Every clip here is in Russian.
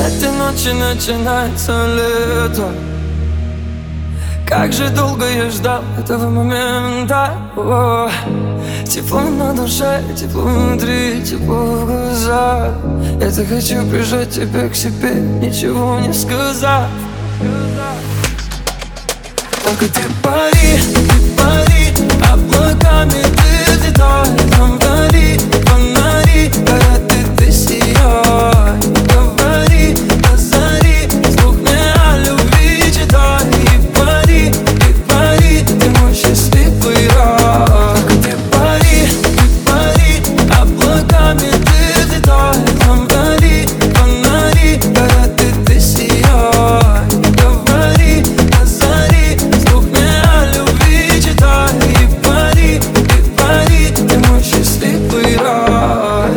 этой ночи начинается лето. Как же долго я ждал этого момента. О, тепло на душе, тепло внутри, тепло в глазах. Я так хочу прижать тебя к себе, ничего не сказав. Только ты пари, облаками ты взлетай. Там вдали фонари, горят и ты сияй. Говори до зари, вслух мне о любви читай. И пари, ты мой счастливый рай. Только ты пари, облаками ты взлетай. Там вдали фонари, горят и ты сияй. Говори до зари, вслух мне о любви читай. И пари, ты мой счастливый рай.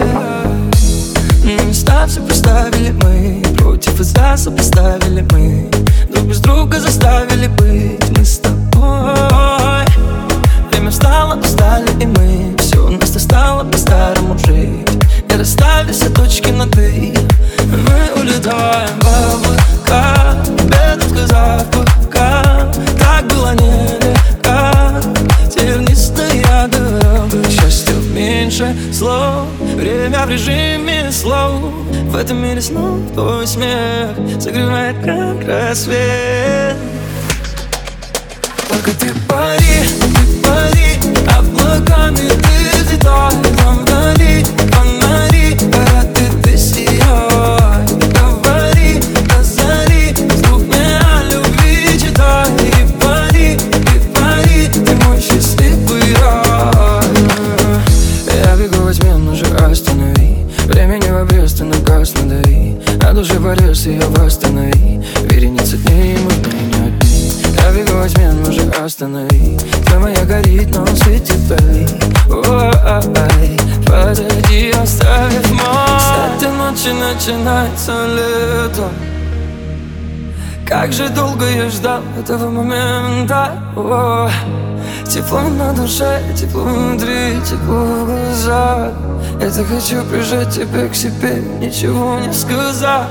Места все поставили мы, против и за сопоставили мы. Друг без друга заставили быть мы с тобой. Время встало, устали и мы. Все у нас стало по-старому жить. И расставили все точки над «и». Мы улетаем в облака, без отказа пока. Так было нелегко, тернистая дорога. К счастью меньше слов, время в режиме слов. В этом мире снова твой смех согревает, как рассвет. Только ты пари, облаками ты взлетай. Там вдали фонари, горят и ты сияй. Говори до зари, вслух мне о любви читай. И пари, ты мой счастливый рай. Я бегу во тьме, но же останови. Времени в обрез, ты на газ надави. На душе порез, ее восстанови. Вереница дней, мы в ней не одни. Я бегу во тьме, но же останови. Твоя моя горит, но светит вдали. Ой, подойди, оставив мой. С этой ночи начинается лето. Как же долго я ждал этого момента. О, тепло на душе, тепло внутри, тепло в глазах. Я так хочу прижать тебя к себе, ничего не сказав.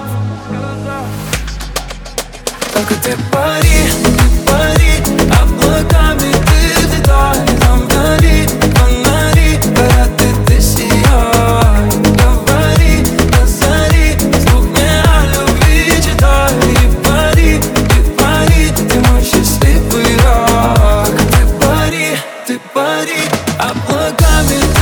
Только ты пари, облаками ты взлетай. Там вдали фонари, горят и ты сияй. Говори до зари, вслух мне о любви читай. И пари, ты мой счастливый рай. Только ты пари, облаками